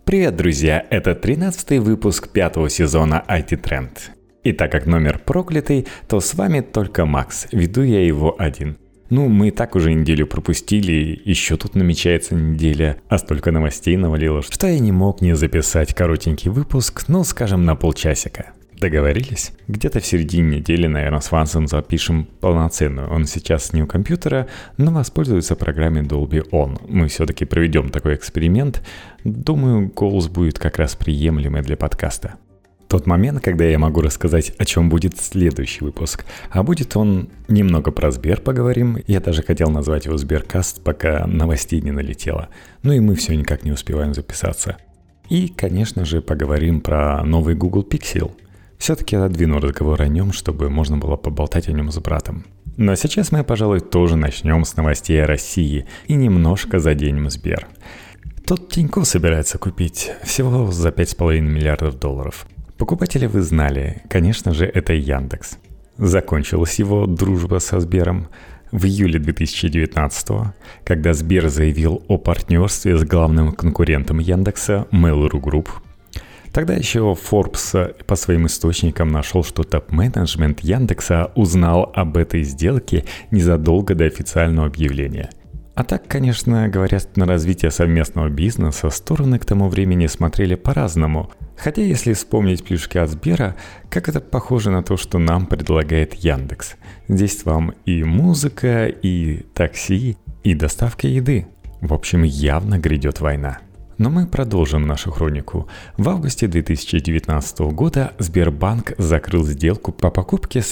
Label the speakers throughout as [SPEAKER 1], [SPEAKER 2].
[SPEAKER 1] Привет, друзья! Это 13-й выпуск 5-го сезона IT Trend. И так как номер проклятый, то с вами только Макс, веду я его один. Мы и так уже неделю пропустили, еще тут намечается неделя, а столько новостей навалило, что я не мог не записать коротенький выпуск, скажем, на полчасика. Договорились? Где-то в середине недели, наверное, с Вансом запишем полноценную. Он сейчас не у компьютера, но воспользуется программой Dolby On. Мы все-таки проведем такой эксперимент. Думаю, голос будет как раз приемлемый для подкаста. Тот момент, когда я могу рассказать, о чем будет следующий выпуск. А будет он немного про Сбер поговорим. Я даже хотел назвать его Сберкаст, пока новостей не налетело. И мы все никак не успеваем записаться. И, конечно же, поговорим про новый Google Pixel. Все-таки отодвину разговор о нем, чтобы можно было поболтать о нем с братом. Но сейчас мы, пожалуй, тоже начнем с новостей о России и немножко заденем Сбер. Тот Тинькофф собирается купить всего за $5,5 миллиардов. Покупателя вы знали, конечно же, это Яндекс. Закончилась его дружба со Сбером в июле 2019-го, когда Сбер заявил о партнерстве с главным конкурентом Яндекса Mail.ru Group. Тогда еще Forbes по своим источникам нашел, что топ-менеджмент Яндекса узнал об этой сделке незадолго до официального объявления. А так, конечно, говорят, на развитие совместного бизнеса стороны к тому времени смотрели по-разному. Хотя, если вспомнить плюшки от Сбера, как это похоже на то, что нам предлагает Яндекс. Здесь вам и музыка, и такси, и доставка еды. В общем, явно грядет война. Но мы продолжим нашу хронику. В августе 2019 года Сбербанк закрыл сделку по покупке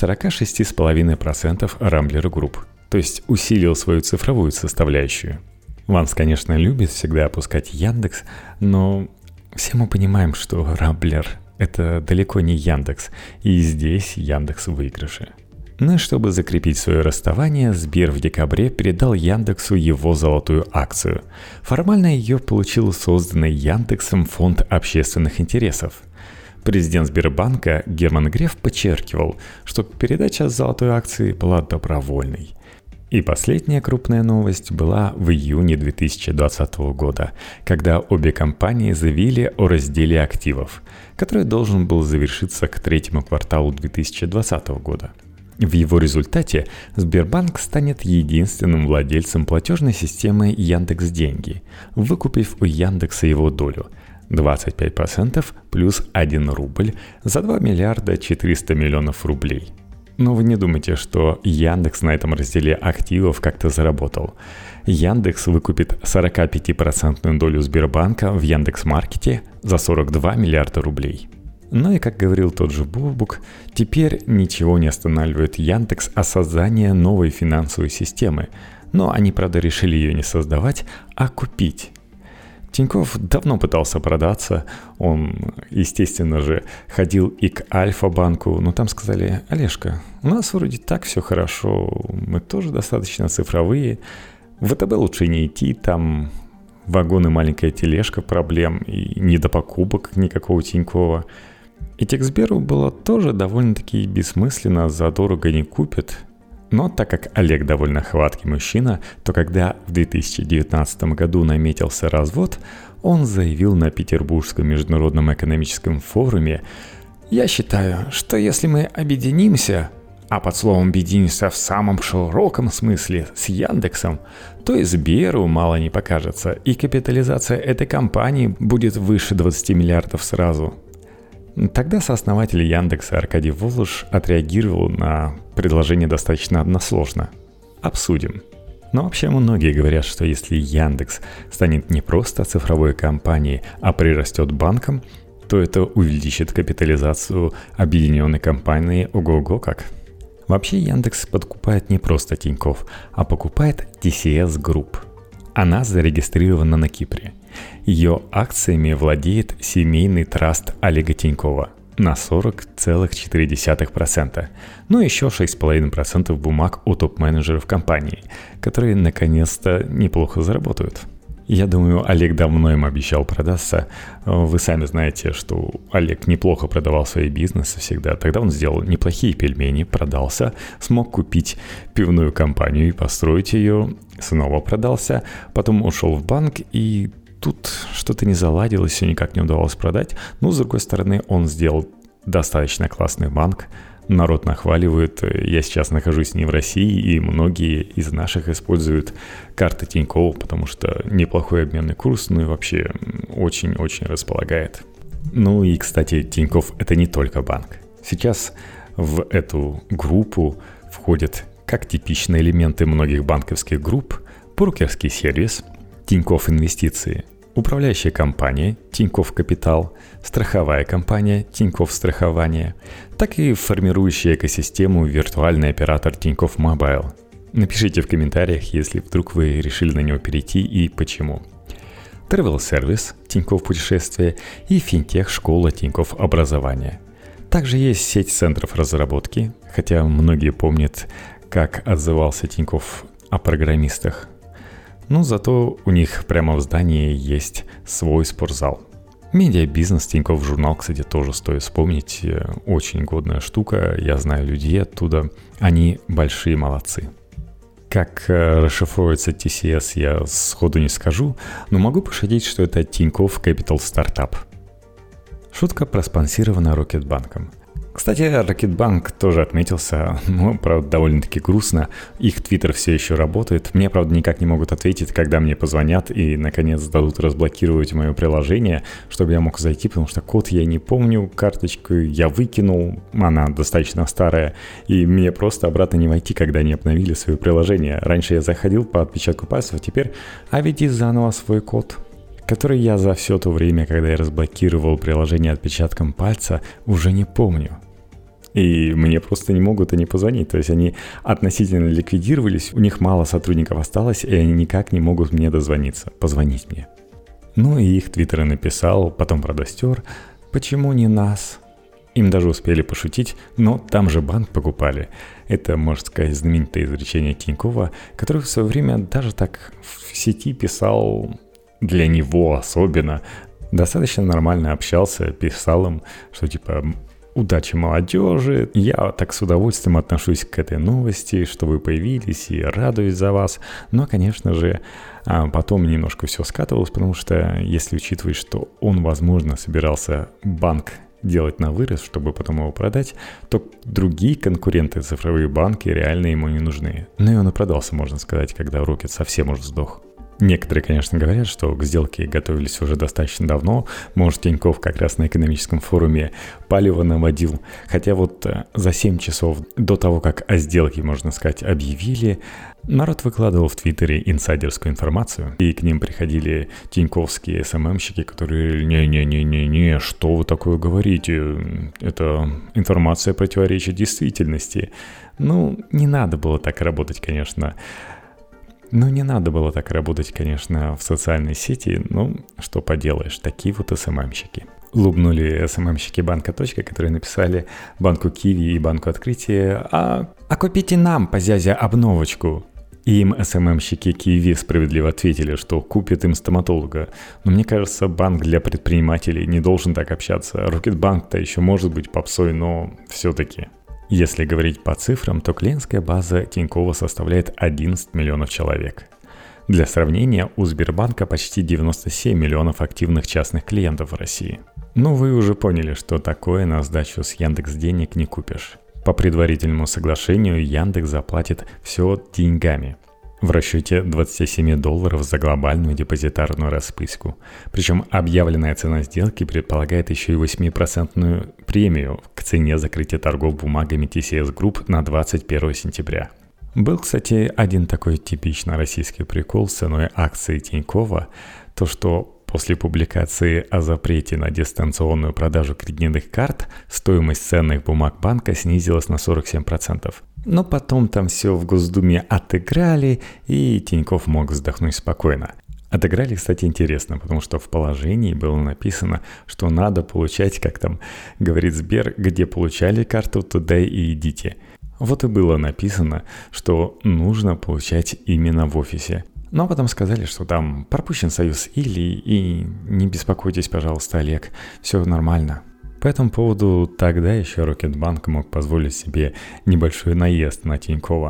[SPEAKER 1] 46,5% Rambler Group, то есть усилил свою цифровую составляющую. Ванс, конечно, любит всегда опускать Яндекс, но все мы понимаем, что Rambler – это далеко не Яндекс, и здесь Яндекс в выигрыше. И чтобы закрепить свое расставание, Сбер в декабре передал Яндексу его золотую акцию. Формально ее получил созданный Яндексом фонд общественных интересов. Президент Сбербанка Герман Греф подчеркивал, что передача золотой акции была добровольной. И последняя крупная новость была в июне 2020 года, когда обе компании заявили о разделе активов, который должен был завершиться к третьему кварталу 2020 года. В его результате Сбербанк станет единственным владельцем платежной системы Яндекс.Деньги, выкупив у Яндекса его долю – 25% плюс 1 рубль за 2 миллиарда 400 миллионов рублей. Но вы не думайте, что Яндекс на этом разделе активов как-то заработал. Яндекс выкупит 45% долю Сбербанка в Яндекс.Маркете за 42 миллиарда рублей. И, как говорил тот же Бобук, теперь ничего не останавливает Яндекс от создания новой финансовой системы. Но они, правда, решили ее не создавать, а купить. Тинькофф давно пытался продаться. Он, естественно же, ходил и к Альфа-банку, но там сказали: «Олежка, у нас вроде так все хорошо, мы тоже достаточно цифровые. В ВТБ лучше не идти, там вагон и маленькая тележка проблем, и не до покупок никакого Тинькова». Идти к Сберу было тоже довольно-таки бессмысленно, задорого не купят. Но так как Олег довольно хваткий мужчина, то когда в 2019 году наметился развод, он заявил на Петербургском международном экономическом форуме: «Я считаю, что если мы объединимся, а под словом «объединимся» в самом широком смысле с Яндексом, то и Сберу мало не покажется, и капитализация этой компании будет выше 20 миллиардов сразу». Тогда сооснователь Яндекса Аркадий Волош отреагировал на предложение достаточно односложно. Обсудим. Но вообще многие говорят, что если Яндекс станет не просто цифровой компанией, а прирастет банком, то это увеличит капитализацию объединенной компании ого-го как. Вообще Яндекс подкупает не просто Тинькофф, а покупает TCS Group. Она зарегистрирована на Кипре. Ее акциями владеет семейный траст Олега Тинькова на 40,4%. Еще 6,5% бумаг у топ-менеджеров компании, которые наконец-то неплохо заработают. Я думаю, Олег давно им обещал продаться. Вы сами знаете, что Олег неплохо продавал свои бизнесы всегда. Тогда он сделал неплохие пельмени, продался, смог купить пивную компанию и построить ее, снова продался, потом ушел в банк, и тут что-то не заладилось, все никак не удавалось продать. Но, с другой стороны, он сделал достаточно классный банк. Народ нахваливает. Я сейчас нахожусь не в России, и многие из наших используют карты Тинькофф, потому что неплохой обменный курс, ну и вообще очень-очень располагает. Ну и, кстати, Тинькофф – это не только банк. Сейчас в эту группу входят как типичные элементы многих банковских групп: брокерский сервис, Тинькофф Инвестиции, управляющая компания Тинькофф Капитал, страховая компания Тинькофф Страхование, так и формирующая экосистему виртуальный оператор Тинькофф Мобайл. Напишите в комментариях, если вдруг вы решили на него перейти и почему. Travel Service Тинькофф Путешествия и финтех-школа Тинькофф Образование. Также есть сеть центров разработки, хотя многие помнят, как отзывался Тинькофф о программистах. Но зато у них прямо в здании есть свой спортзал. Медиабизнес Тинькофф Журнал, кстати, тоже стоит вспомнить. Очень годная штука, я знаю людей оттуда. Они большие молодцы. Как расшифровывается TCS, я сходу не скажу, но могу пошутить, что это Тинькофф Capital Startup. Шутка проспонсирована Рокетбанком. Кстати, Рокетбанк тоже отметился, но, правда, довольно-таки грустно. Их твиттер все еще работает. Мне, правда, никак не могут ответить, когда мне позвонят и, наконец, дадут разблокировать мое приложение, чтобы я мог зайти, потому что код я не помню, карточку я выкинул, она достаточно старая, и мне просто обратно не войти, когда они обновили свое приложение. Раньше я заходил по отпечатку пальцев, а теперь введи заново свой код, который я за все то время, когда я разблокировал приложение отпечатком пальца, уже не помню. И мне просто не могут они позвонить. То есть они относительно ликвидировались, у них мало сотрудников осталось, и они никак не могут мне дозвониться, позвонить мне. Ну и их твиттер написал, потом правда стер: почему не нас? Им даже успели пошутить, но там же банк покупали. Это, можно сказать, знаменитое изречение Тинькова, который в свое время даже так в сети писал, для него особенно, достаточно нормально общался, писал им, что типа: удачи молодежи, я так с удовольствием отношусь к этой новости, что вы появились, и радуюсь за вас. Но, конечно же, потом немножко все скатывалось, потому что если учитывать, что он, возможно, собирался банк делать на вырос, чтобы потом его продать, то другие конкуренты, цифровые банки, реально ему не нужны. Ну и он и продался, можно сказать, когда Рокет совсем уже сдох. Некоторые, конечно, говорят, что к сделке готовились уже достаточно давно. Может, Тинькофф как раз на экономическом форуме палево наводил. Хотя вот за 7 часов до того, как о сделке, можно сказать, объявили, народ выкладывал в Твиттере инсайдерскую информацию. И к ним приходили тиньковские СММщики, которые: не-не-не-не-не, что вы такое говорите? Эта информация противоречит действительности. Ну, не надо было так работать, конечно. Не надо было так работать, конечно, в социальной сети, что поделаешь, такие вот СММщики. Лубнули СММщики банка «Точка», которые написали банку Киви и банку Открытие: а купите нам, позязя, обновочку. И им СММщики Киви справедливо ответили, что купят им стоматолога. Но мне кажется, банк для предпринимателей не должен так общаться. Рокетбанк-то еще может быть попсой, но все-таки. Если говорить по цифрам, то клиентская база Тинькова составляет 11 миллионов человек. Для сравнения, у Сбербанка почти 97 миллионов активных частных клиентов в России. Но вы уже поняли, что такое на сдачу с Яндекс.Денег не купишь. По предварительному соглашению Яндекс заплатит все деньгами, в расчете $27 за глобальную депозитарную расписку. Причем объявленная цена сделки предполагает еще и 8% премию к цене закрытия торгов бумагами TCS Group на 21 сентября. Был, кстати, один такой типично российский прикол с ценой акций Тинькова, то что после публикации о запрете на дистанционную продажу кредитных карт стоимость ценных бумаг банка снизилась на 47%. Но потом там все в Госдуме отыграли, и Тинькофф мог вздохнуть спокойно. Отыграли, кстати, интересно, потому что в положении было написано, что надо получать, как там говорит Сбер, где получали карту, туда и идите. Вот и было написано, что нужно получать именно в офисе. Но потом сказали, что там пропущен союз Или, и не беспокойтесь, пожалуйста, Олег, все нормально. По этому поводу тогда еще Рокетбанк мог позволить себе небольшой наезд на Тинькова.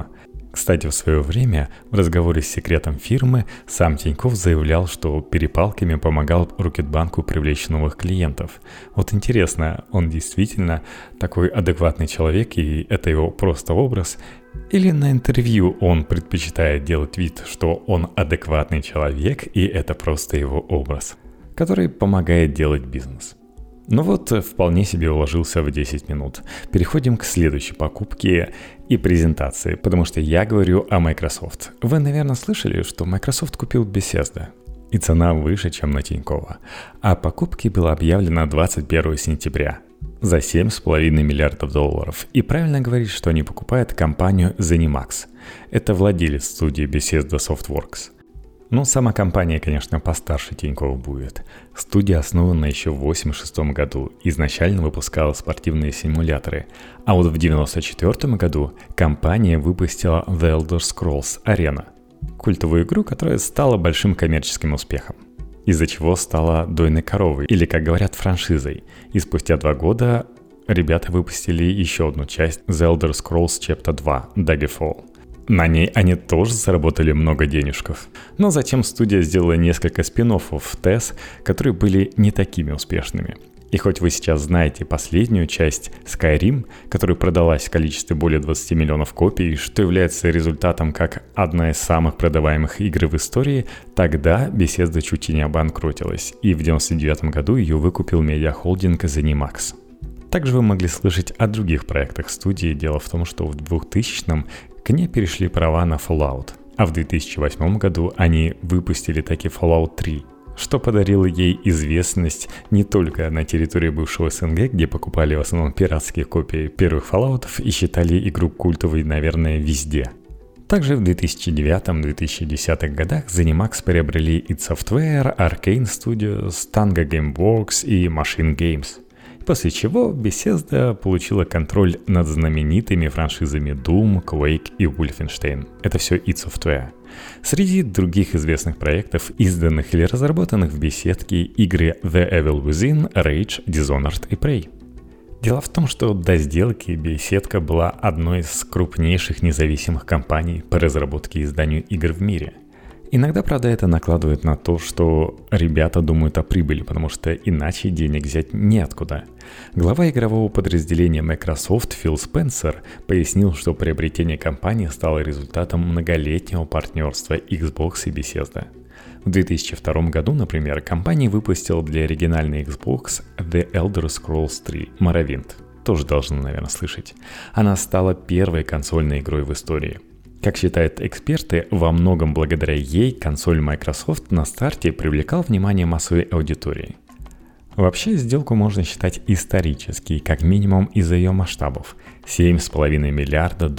[SPEAKER 1] Кстати, в свое время в разговоре с секретом фирмы сам Тинькофф заявлял, что перепалками помогал Рокетбанку привлечь новых клиентов. Вот интересно, он действительно такой адекватный человек и это его просто образ? Или на интервью он предпочитает делать вид, что он адекватный человек и это просто его образ, который помогает делать бизнес? Ну вот, вполне себе уложился в 10 минут. Переходим к следующей покупке и презентации, потому что я говорю о Microsoft. Вы, наверное, слышали, что Microsoft купил Bethesda, и цена выше, чем на Тинькова. А покупке было объявлено 21 сентября за $7,5 миллиардов. И правильно говорить, что они покупают компанию ZeniMax. Это владелец студии Bethesda Softworks. Ну, сама компания, конечно, постарше Тинькофф будет. Студия основана еще в 1986 году, изначально выпускала спортивные симуляторы. А вот в 1994 году компания выпустила The Elder Scrolls Arena, культовую игру, которая стала большим коммерческим успехом, из-за чего стала дойной коровой, или, как говорят, франшизой. И спустя 2 года ребята выпустили еще одну часть The Elder Scrolls Chapter 2 Daggerfall. На ней они тоже заработали много денежков. Но затем студия сделала несколько спин-оффов TES, которые были не такими успешными. И хоть вы сейчас знаете последнюю часть Skyrim, которая продалась в количестве более 20 миллионов копий, что является результатом как одна из самых продаваемых игр в истории, тогда Bethesda чуть и не обанкротилась, и в 1999 году ее выкупил медиахолдинг ZeniMax. Также вы могли слышать о других проектах студии. Дело в том, что в 2000-м к ней перешли права на Fallout, а в 2008 году они выпустили таки Fallout 3, что подарило ей известность не только на территории бывшего СНГ, где покупали в основном пиратские копии первых Fallout'ов и считали игру культовой, наверное, везде. Также в 2009-2010 годах ZeniMax приобрели id Software, Arcane Studios, Tango Gameworks и Machine Games. После чего Bethesda получила контроль над знаменитыми франшизами Doom, Quake и Wolfenstein. Это все id Software. Среди других известных проектов, изданных или разработанных в беседке, игры The Evil Within, Rage, Dishonored и Prey. Дело в том, что до сделки беседка была одной из крупнейших независимых компаний по разработке и изданию игр в мире. Иногда, правда, это накладывает на то, что ребята думают о прибыли, потому что иначе денег взять неоткуда. Глава игрового подразделения Microsoft Фил Спенсер пояснил, что приобретение компании стало результатом многолетнего партнерства Xbox и Bethesda. В 2002 году, например, компания выпустила для оригинальной Xbox The Elder Scrolls 3 Morrowind. Тоже должны, наверное, слышать. Она стала первой консольной игрой в истории. Как считают эксперты, во многом благодаря ей консоль Microsoft на старте привлекал внимание массовой аудитории. Вообще, сделку можно считать исторической, как минимум из-за ее масштабов – $7,5 миллиарда.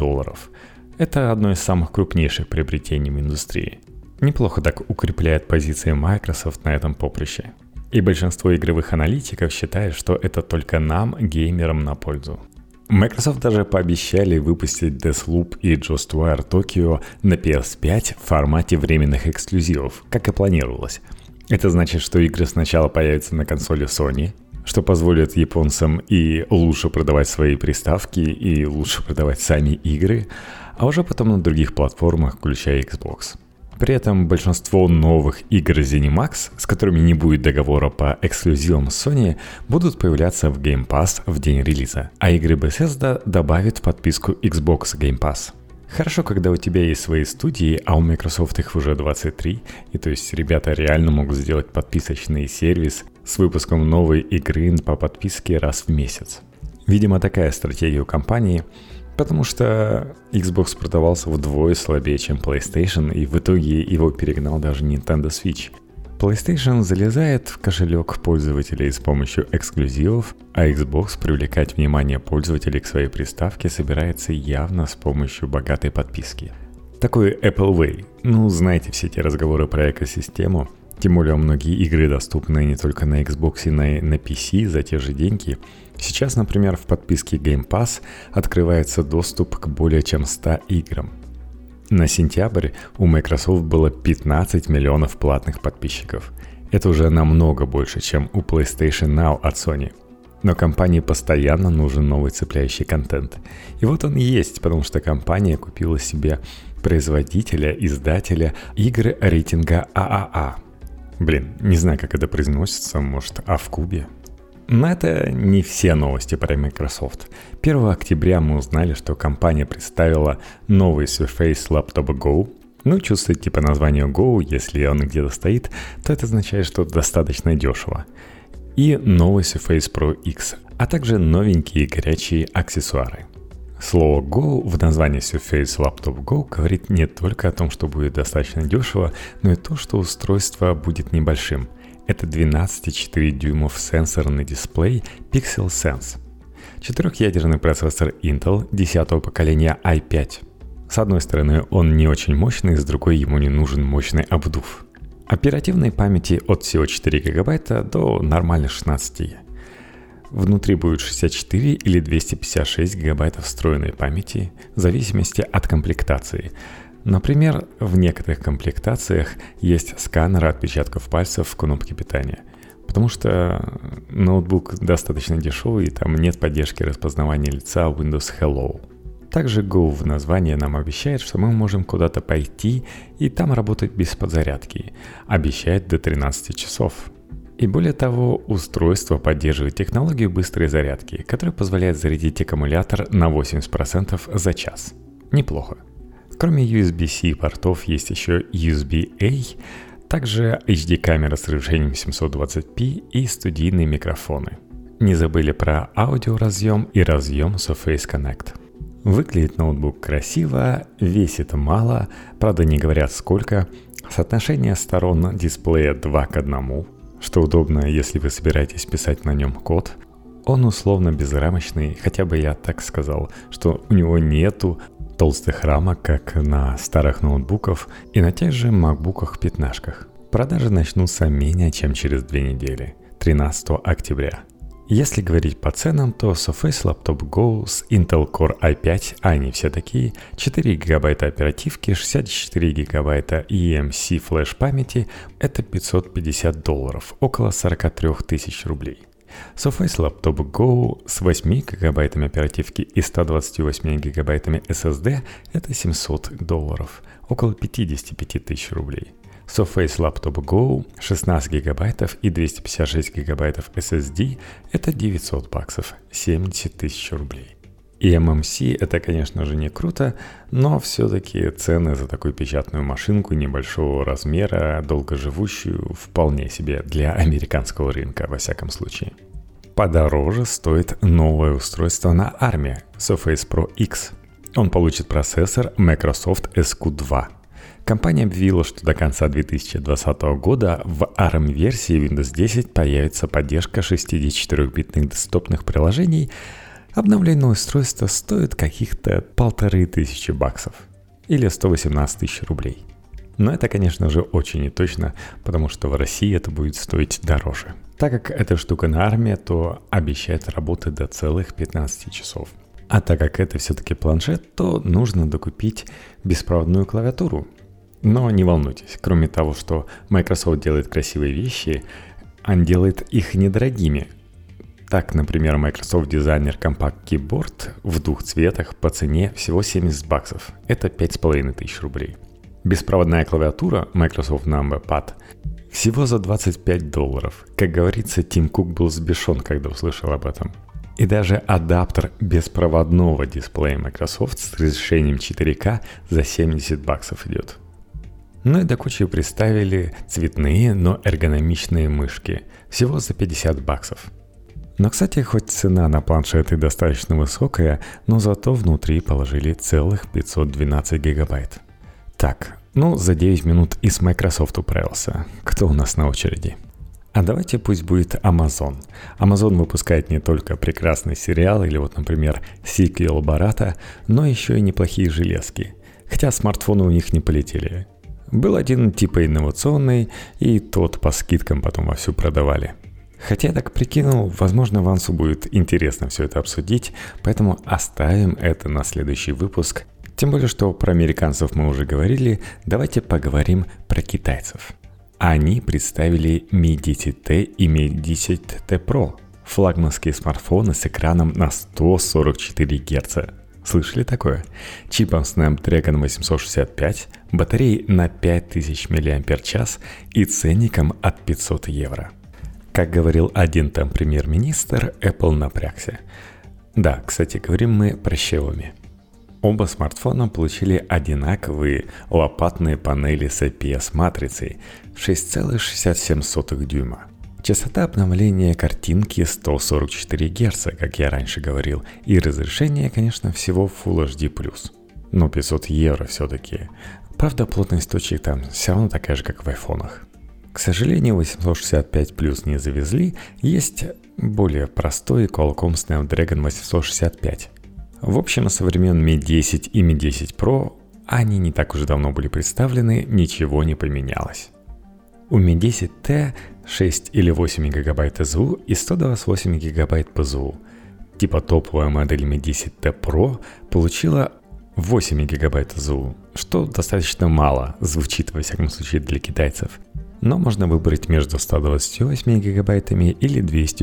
[SPEAKER 1] Это одно из самых крупнейших приобретений в индустрии. Неплохо так укрепляет позиции Microsoft на этом поприще. И большинство игровых аналитиков считает, что это только нам, геймерам, на пользу. Microsoft даже пообещали выпустить Deathloop и Ghostwire Tokyo на PS5 в формате временных эксклюзивов, как и планировалось. Это значит, что игры сначала появятся на консоли Sony, что позволит японцам и лучше продавать свои приставки, и лучше продавать сами игры, а уже потом на других платформах, включая Xbox. При этом большинство новых игр ZeniMax, с которыми не будет договора по эксклюзивам Sony, будут появляться в Game Pass в день релиза, а игры Bethesda добавят в подписку Xbox Game Pass. Хорошо, когда у тебя есть свои студии, а у Microsoft их уже 23, и то есть ребята реально могут сделать подписочный сервис с выпуском новой игры по подписке раз в месяц. Видимо, такая стратегия у компании, потому что Xbox продавался вдвое слабее, чем PlayStation, и в итоге его перегнал даже Nintendo Switch. PlayStation залезает в кошелек пользователей с помощью эксклюзивов, а Xbox привлекать внимание пользователей к своей приставке собирается явно с помощью богатой подписки. Такой Apple Way. Ну, знаете все эти разговоры про экосистему. Тем более многие игры доступны не только на Xbox и на PC за те же деньги. Сейчас, например, в подписке Game Pass открывается доступ к более чем 100 играм. На сентябрь у Microsoft было 15 миллионов платных подписчиков. Это уже намного больше, чем у PlayStation Now от Sony. Но компании постоянно нужен новый цепляющий контент. И вот он есть, потому что компания купила себе производителя, издателя игры рейтинга ААА. Не знаю, как это произносится, может, А в кубе. Но это не все новости про Microsoft. 1 октября мы узнали, что компания представила новый Surface Laptop Go. Чувствуете по названию Go, если он где-то стоит, то это означает, что достаточно дешево. И новый Surface Pro X, а также новенькие горячие аксессуары. Слово Go в названии Surface Laptop Go говорит не только о том, что будет достаточно дешево, но и то, что устройство будет небольшим. Это 12,4 дюймов сенсорный дисплей Pixel Sense. 4-ядерный процессор Intel 10-го поколения i5. С одной стороны, он не очень мощный, с другой ему не нужен мощный обдув. Оперативной памяти от всего 4 гигабайта до нормальных 16. Внутри будет 64 или 256 гигабайтов встроенной памяти, в зависимости от комплектации. Например, в некоторых комплектациях есть сканер отпечатков пальцев в кнопке питания, потому что ноутбук достаточно дешевый и там нет поддержки распознавания лица Windows Hello. Также Go в названии нам обещает, что мы можем куда-то пойти и там работать без подзарядки. Обещает до 13 часов. И более того, устройство поддерживает технологию быстрой зарядки, которая позволяет зарядить аккумулятор на 80% за час. Неплохо. Кроме USB-C портов есть еще USB-A, также HD-камера с разрешением 720p и студийные микрофоны. Не забыли про аудиоразъем и разъем Surface Connect. Выглядит ноутбук красиво, весит мало, правда не говорят сколько. Соотношение сторон дисплея 2:1, что удобно, если вы собираетесь писать на нем код. Он условно безрамочный, хотя бы я так сказал, что у него нету толстых рамок, как на старых ноутбуках и на тех же MacBook'ах 15-ках. Продажи начнутся менее чем через 2 недели, 13 октября. Если говорить по ценам, то Surface Laptop Go с Intel Core i5, а они все такие, 4 гигабайта оперативки, 64 гигабайта eMMC флеш памяти – это $550, около 43 тысяч рублей. Surface Laptop Go с 8 гигабайтами оперативки и 128 гигабайтами SSD – это $700, около 55 тысяч рублей. Surface Laptop Go 16 гигабайтов и 256 гигабайтов SSD – это $900, 70 тысяч рублей. eMMC – это, конечно же, не круто, но все-таки цены за такую печатную машинку небольшого размера, долгоживущую, вполне себе для американского рынка, во всяком случае. Подороже стоит новое устройство на ARM Surface Pro X. Он получит процессор Microsoft SQ2. Компания объявила, что до конца 2020 года в ARM-версии Windows 10 появится поддержка 64-битных десктопных приложений. Обновленное устройство стоит каких-то $1500 или 118 тысяч рублей. Но это, конечно же, очень неточно, потому что в России это будет стоить дороже. Так как эта штука на ARM, то обещает работать до целых 15 часов. А так как это все-таки планшет, то нужно докупить беспроводную клавиатуру. Но не волнуйтесь, кроме того, что Microsoft делает красивые вещи, он делает их недорогими. Так, например, Microsoft Designer Compact Keyboard в 2 цветах по цене всего $70. Это 5500 рублей. Беспроводная клавиатура Microsoft Numpad всего за $25. Как говорится, Тим Кук был взбешен, когда услышал об этом. И даже адаптер беспроводного дисплея Microsoft с разрешением 4К за $70 идет. Ну и до кучи представили цветные, но эргономичные мышки. Всего за $50. Но, кстати, хоть цена на планшеты достаточно высокая, но зато внутри положили целых 512 гигабайт. Так, за 9 минут и с Microsoft управился. Кто у нас на очереди? А давайте пусть будет Amazon. Amazon выпускает не только прекрасный сериал или например, сиквел Бората, но еще и неплохие железки. Хотя смартфоны у них не полетели. Был один типа инновационный, и тот по скидкам потом вовсю продавали. Хотя я так прикинул, возможно, Вансу будет интересно все это обсудить, поэтому оставим это на следующий выпуск. Тем более, что про американцев мы уже говорили, давайте поговорим про китайцев. Они представили Mi 10T и Mi 10T Pro Флагманские смартфоны с экраном на 144 Гц. Слышали такое? Чипом Snapdragon 865, батареей на 5000 мАч и ценником от 500 евро. Как говорил один там премьер-министр, Apple напрягся. Да, кстати, говорим мы про Xiaomi. Оба смартфона получили одинаковые лопатные панели с IPS-матрицей 6,67 дюйма. Частота обновления картинки 144 Гц, как я раньше говорил, и разрешение, конечно, всего Full HD+. Но 500 евро все-таки. Правда, плотность точек там все равно такая же, как в айфонах. К сожалению, 865 Plus не завезли, есть более простой Qualcomm Snapdragon 865. В общем, со времен Mi 10 и Mi 10 Pro они не так уж давно были представлены, ничего не поменялось. У Mi 10T 6 или 8 ГБ СЗУ и 128 ГБ ПЗУ. Типа топовая модель Mi 10T Pro получила 8 ГБ СЗУ, что достаточно мало, звучит во всяком случае для китайцев. Но можно выбрать между 128 гигабайтами или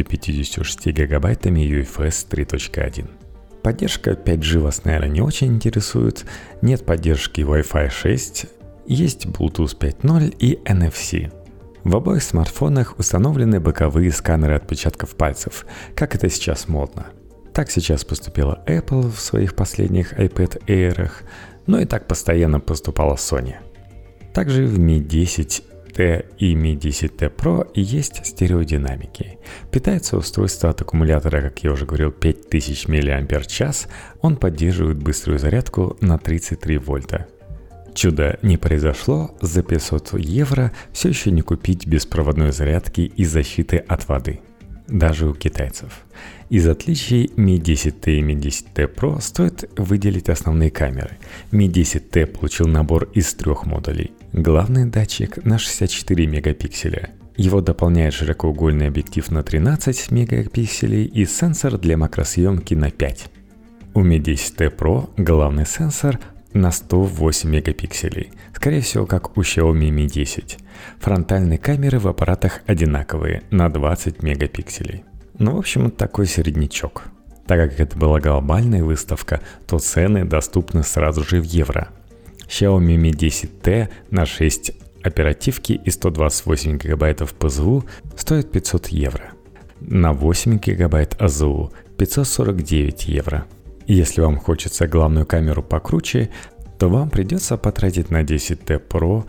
[SPEAKER 1] 256 гигабайтами UFS 3.1. Поддержка 5G вас, наверное, не очень интересует, нет поддержки Wi-Fi 6, есть Bluetooth 5.0 и NFC. В обоих смартфонах установлены боковые сканеры отпечатков пальцев, как это сейчас модно. Так сейчас поступила Apple в своих последних iPad Air'ах, но и так постоянно поступала Sony. Также в Mi 10T и Mi 10T Pro есть стереодинамики. Питается устройство от аккумулятора, как я уже говорил, 5000 мАч, он поддерживает быструю зарядку на 33 вольта. Чудо не произошло, за 500 евро все еще не купить беспроводной зарядки и защиты от воды. Даже у китайцев. Из отличий Mi 10T и Mi 10T Pro стоит выделить основные камеры. Mi 10T получил набор из 3 модулей. Главный датчик на 64 мегапикселя. Его дополняет широкоугольный объектив на 13 мегапикселей и сенсор для макросъемки на 5. У Mi 10T Pro главный сенсор на 108 мегапикселей, скорее всего, как у Xiaomi Mi 10. Фронтальные камеры в аппаратах одинаковые, на 20 мегапикселей. Ну, в общем, такой середнячок. Так как это была глобальная выставка, то цены доступны сразу же в евро. Xiaomi Mi 10T на 6 оперативки и 128 гигабайтов ПЗУ стоит 500 евро. На 8 гигабайт АЗУ 549 евро. Если вам хочется главную камеру покруче, то вам придется потратить на 10T Pro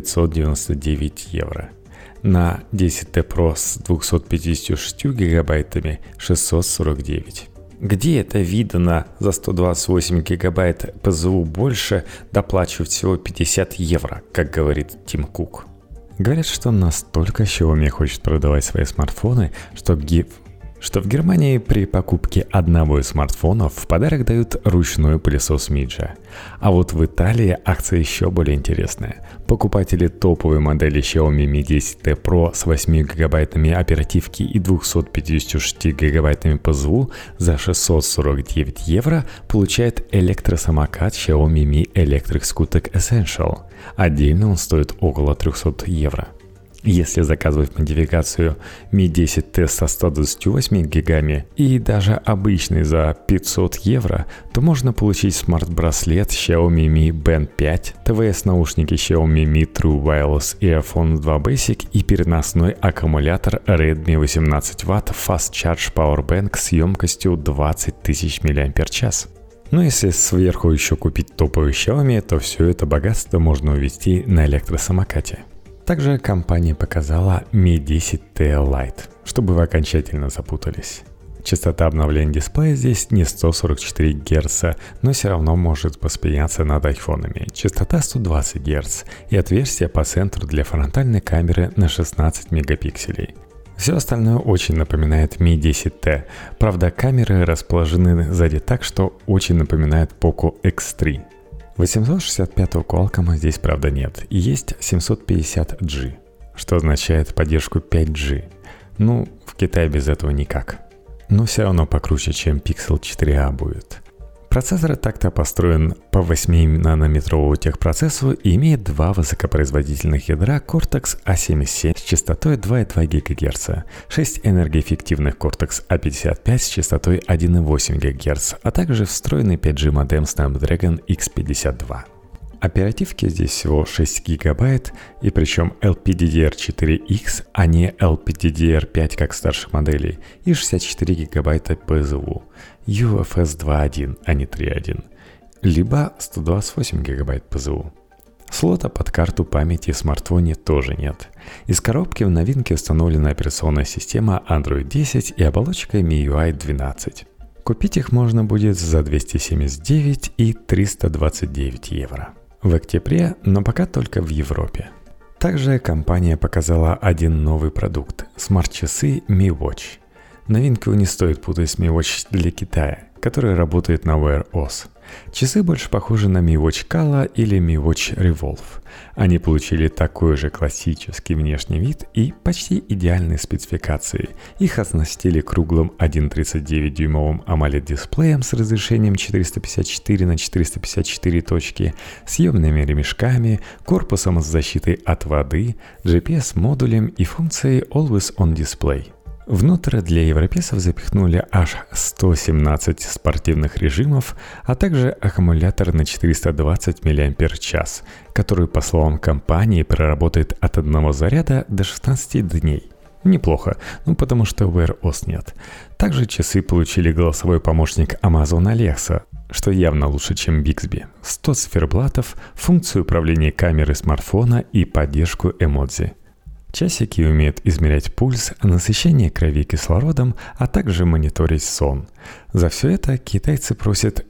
[SPEAKER 1] 599 евро. На 10T Pro с 256 гигабайтами 649. Где это видно за 128 гигабайт ПЗУ больше доплачивать всего 50 евро, как говорит Тим Кук? Говорят, что настолько Xiaomi хочет продавать свои смартфоны, что в Германии при покупке одного из смартфонов в подарок дают ручной пылесос Midge. А вот в Италии акция еще более интересная. Покупатели топовой модели Xiaomi Mi 10T Pro с 8 гигабайтами оперативки и 256 гигабайтами ПЗУ за 649 евро получают электросамокат Xiaomi Mi Electric Scooter Essential. Отдельно он стоит около 300 евро. Если заказывать модификацию Mi 10T со 128 гигами и даже обычный за 500 евро, то можно получить смарт-браслет Xiaomi Mi Band 5, ТВС-наушники Xiaomi Mi True Wireless Earphones 2 Basic и переносной аккумулятор Redmi 18 Watt Fast Charge Powerbank с емкостью 20 тысяч мАч. Но если сверху еще купить топовый Xiaomi, то все это богатство можно увезти на электросамокате. Также компания показала Mi 10T Lite, чтобы вы окончательно запутались. Частота обновления дисплея здесь не 144 Гц, но все равно может посмеяться над айфонами. Частота 120 Гц и отверстие по центру для фронтальной камеры на 16 мегапикселей. Все остальное очень напоминает Mi 10T, правда камеры расположены сзади так, что очень напоминает Poco X3. 865-го Qualcomm здесь, правда, нет, и есть 750G, что означает поддержку 5G. Ну, в Китае без этого никак. Но все равно покруче, чем Pixel 4a будет. Процессор так-то построен по 8-нанометровому техпроцессу и имеет два высокопроизводительных ядра Cortex A77 с частотой 2,2 ГГц, 6 энергоэффективных Cortex A55 с частотой 1,8 ГГц, а также встроенный 5G модем Snapdragon X52. Оперативки здесь всего 6 гигабайт, и причем LPDDR4X, а не LPDDR5, как старших моделей, и 64 гигабайта ПЗУ, UFS 2.1, а не 3.1, либо 128 гигабайт ПЗУ. Слота под карту памяти в смартфоне тоже нет. Из коробки в новинке установлена операционная система Android 10 и оболочка MIUI 12. Купить их можно будет за 279 и 329 евро. В октябре, но пока только в Европе. Также компания показала один новый продукт – смарт-часы Mi Watch. Новинку не стоит путать с Mi Watch для Китая, который работает на Wear OS. Часы больше похожи на Mi Watch Kala или Mi Watch Revolve. Они получили такой же классический внешний вид и почти идеальные спецификации. Их оснастили круглым 1,39-дюймовым AMOLED-дисплеем с разрешением 454 на 454 точки, съемными ремешками, корпусом с защитой от воды, GPS-модулем и функцией Always On Display. Внутрь для европейцев запихнули аж 117 спортивных режимов, а также аккумулятор на 420 мАч, который, по словам компании, проработает от одного заряда до 16 дней. Неплохо, потому что Wear OS нет. Также часы получили голосовой помощник Amazon Alexa, что явно лучше, чем Bixby, 100 циферблатов, функцию управления камерой смартфона и поддержку эмодзи. Часики умеют измерять пульс, насыщение крови кислородом, а также мониторить сон. За все это китайцы просят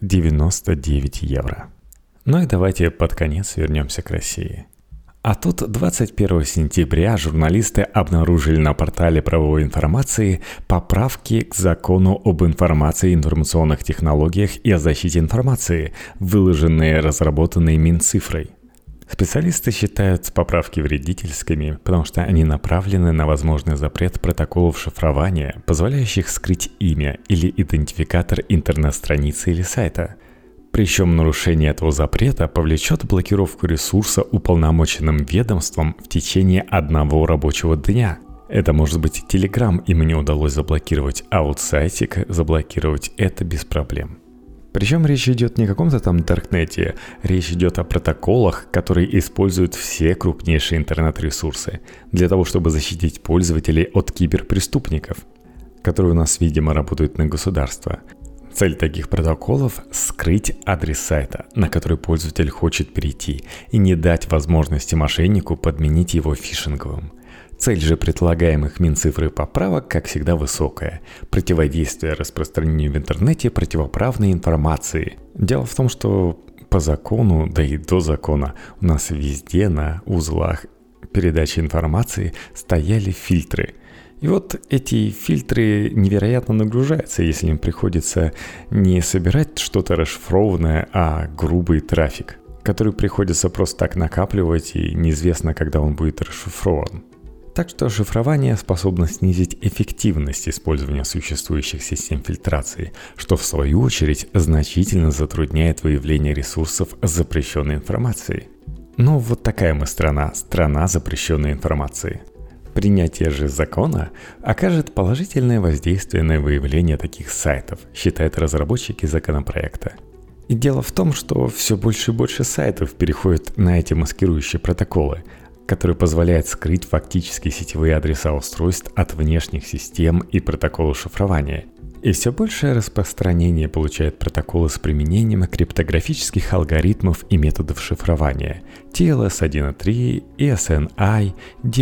[SPEAKER 1] 99 евро. Ну и давайте под конец вернемся к России. А тут 21 сентября журналисты обнаружили на портале правовой информации поправки к закону об информации и информационных технологиях и о защите информации, выложенные разработанные Минцифрой. Специалисты считают поправки вредительскими, потому что они направлены на возможный запрет протоколов шифрования, позволяющих скрыть имя или идентификатор интернет-страницы или сайта. Причем нарушение этого запрета повлечет блокировку ресурса уполномоченным ведомством в течение одного рабочего дня. Это может быть Telegram, им не удалось заблокировать, а вот сайтик заблокировать это без проблем. Причем речь идет не о каком-то там даркнете, речь идет о протоколах, которые используют все крупнейшие интернет-ресурсы для того, чтобы защитить пользователей от киберпреступников, которые у нас, видимо, работают на государство. Цель таких протоколов – скрыть адрес сайта, на который пользователь хочет перейти, и не дать возможности мошеннику подменить его фишинговым. Цель же предлагаемых Минцифрой поправок, как всегда, высокая – противодействие распространению в интернете противоправной информации. Дело в том, что по закону, да и до закона, у нас везде на узлах передачи информации стояли фильтры. И вот эти фильтры невероятно нагружаются, если им приходится не собирать что-то расшифрованное, а грубый трафик, который приходится просто так накапливать, и неизвестно, когда он будет расшифрован. Так что шифрование способно снизить эффективность использования существующих систем фильтрации, что в свою очередь значительно затрудняет выявление ресурсов с запрещенной информацией. Но вот такая мы страна запрещенной информации. Принятие же закона окажет положительное воздействие на выявление таких сайтов, считают разработчики законопроекта. И дело в том, что все больше и больше сайтов переходят на эти маскирующие протоколы, которые позволяют скрыть фактически сетевые адреса устройств от внешних систем и протоколов шифрования. И все большее распространение получают протоколы с применением криптографических алгоритмов и методов шифрования TLS 1.3, ESNI,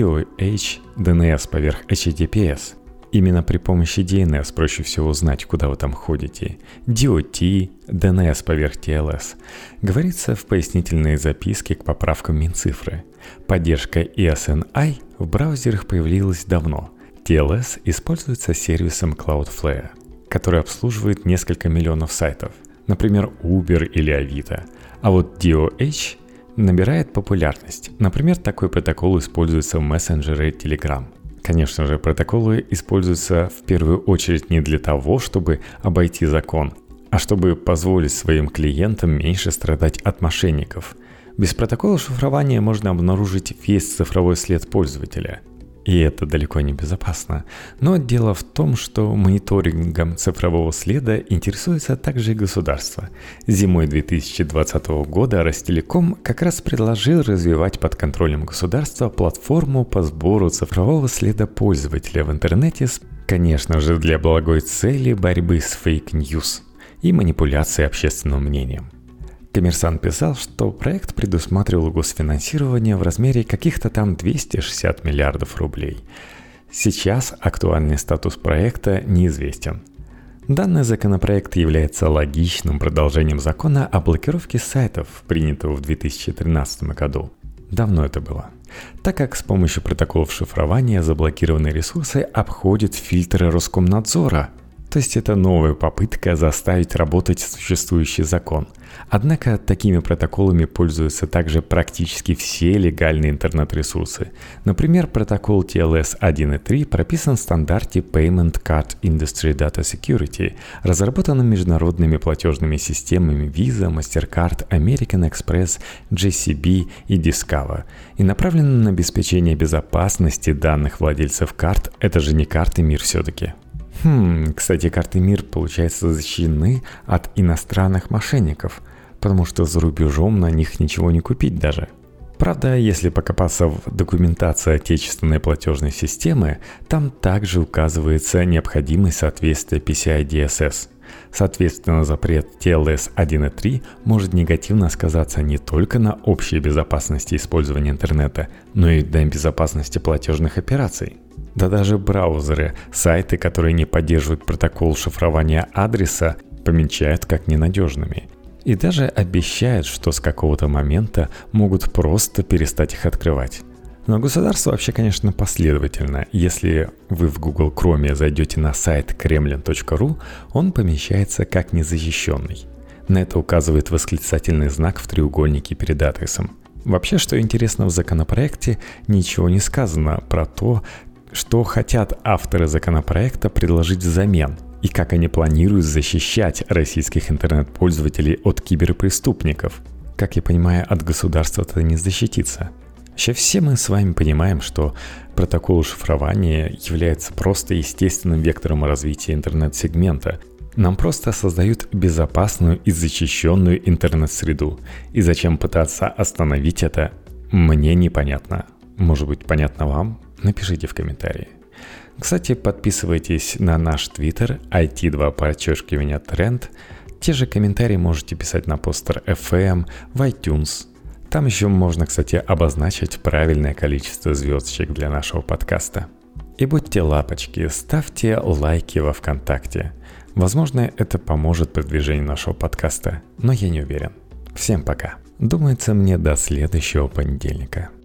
[SPEAKER 1] DOH, DNS поверх HTTPS. Именно при помощи DNS проще всего узнать, куда вы там ходите. DOT, DNS поверх TLS. Говорится в пояснительной записке к поправкам Минцифры. Поддержка ESNI в браузерах появилась давно. TLS используется сервисом Cloudflare, который обслуживает несколько миллионов сайтов, например, Uber или Avito. А вот DOH набирает популярность. Например, такой протокол используется в мессенджере Telegram. Конечно же, протоколы используются в первую очередь не для того, чтобы обойти закон, а чтобы позволить своим клиентам меньше страдать от мошенников. Без протокола шифрования можно обнаружить весь цифровой след пользователя. И это далеко не безопасно. Но дело в том, что мониторингом цифрового следа интересуется также и государство. Зимой 2020 года Ростелеком как раз предложил развивать под контролем государства платформу по сбору цифрового следа пользователя в интернете, конечно же, для благой цели борьбы с фейк-ньюс и манипуляцией общественным мнением. Коммерсант писал, что проект предусматривал госфинансирование в размере каких-то там 260 миллиардов рублей. Сейчас актуальный статус проекта неизвестен. Данный законопроект является логичным продолжением закона о блокировке сайтов, принятого в 2013 году. Давно это было. Так как с помощью протоколов шифрования заблокированные ресурсы обходят фильтры Роскомнадзора. То есть это новая попытка заставить работать существующий закон. Однако такими протоколами пользуются также практически все легальные интернет-ресурсы. Например, протокол TLS 1.3 прописан в стандарте Payment Card Industry Data Security, разработанном международными платежными системами Visa, MasterCard, American Express, JCB и Discover, и направленным на обеспечение безопасности данных владельцев карт. Это же не карты МИР все-таки. Кстати, карты МИР, получается, защищены от иностранных мошенников, потому что за рубежом на них ничего не купить даже. Правда, если покопаться в документации отечественной платежной системы, там также указывается необходимость соответствия PCI DSS. Соответственно, запрет TLS 1.3 может негативно сказаться не только на общей безопасности использования интернета, но и на безопасности платежных операций. Да даже браузеры, сайты, которые не поддерживают протокол шифрования адреса, помечают как ненадежными. И даже обещают, что с какого-то момента могут просто перестать их открывать. Но государство вообще, конечно, последовательно. Если вы в Google Chrome зайдете на сайт kremlin.ru, он помещается как незащищенный. На это указывает восклицательный знак в треугольнике перед адресом. Вообще, что интересно в законопроекте, ничего не сказано про то, что хотят авторы законопроекта предложить взамен и как они планируют защищать российских интернет-пользователей от киберпреступников. Как я понимаю, от государства-то не защититься. Вообще все мы с вами понимаем, что протокол шифрования является просто естественным вектором развития интернет-сегмента. Нам просто создают безопасную и защищенную интернет-среду. И зачем пытаться остановить это, мне непонятно. Может быть, понятно вам? Напишите в комментарии. Кстати, подписывайтесь на наш твиттер IT2_тренд. Те же комментарии можете писать на Poster FM, в iTunes. Там еще можно, кстати, обозначить правильное количество звездочек для нашего подкаста. И будьте лапочки, ставьте лайки во ВКонтакте. Возможно, это поможет продвижению нашего подкаста, но я не уверен. Всем пока. Думается, мне до следующего понедельника.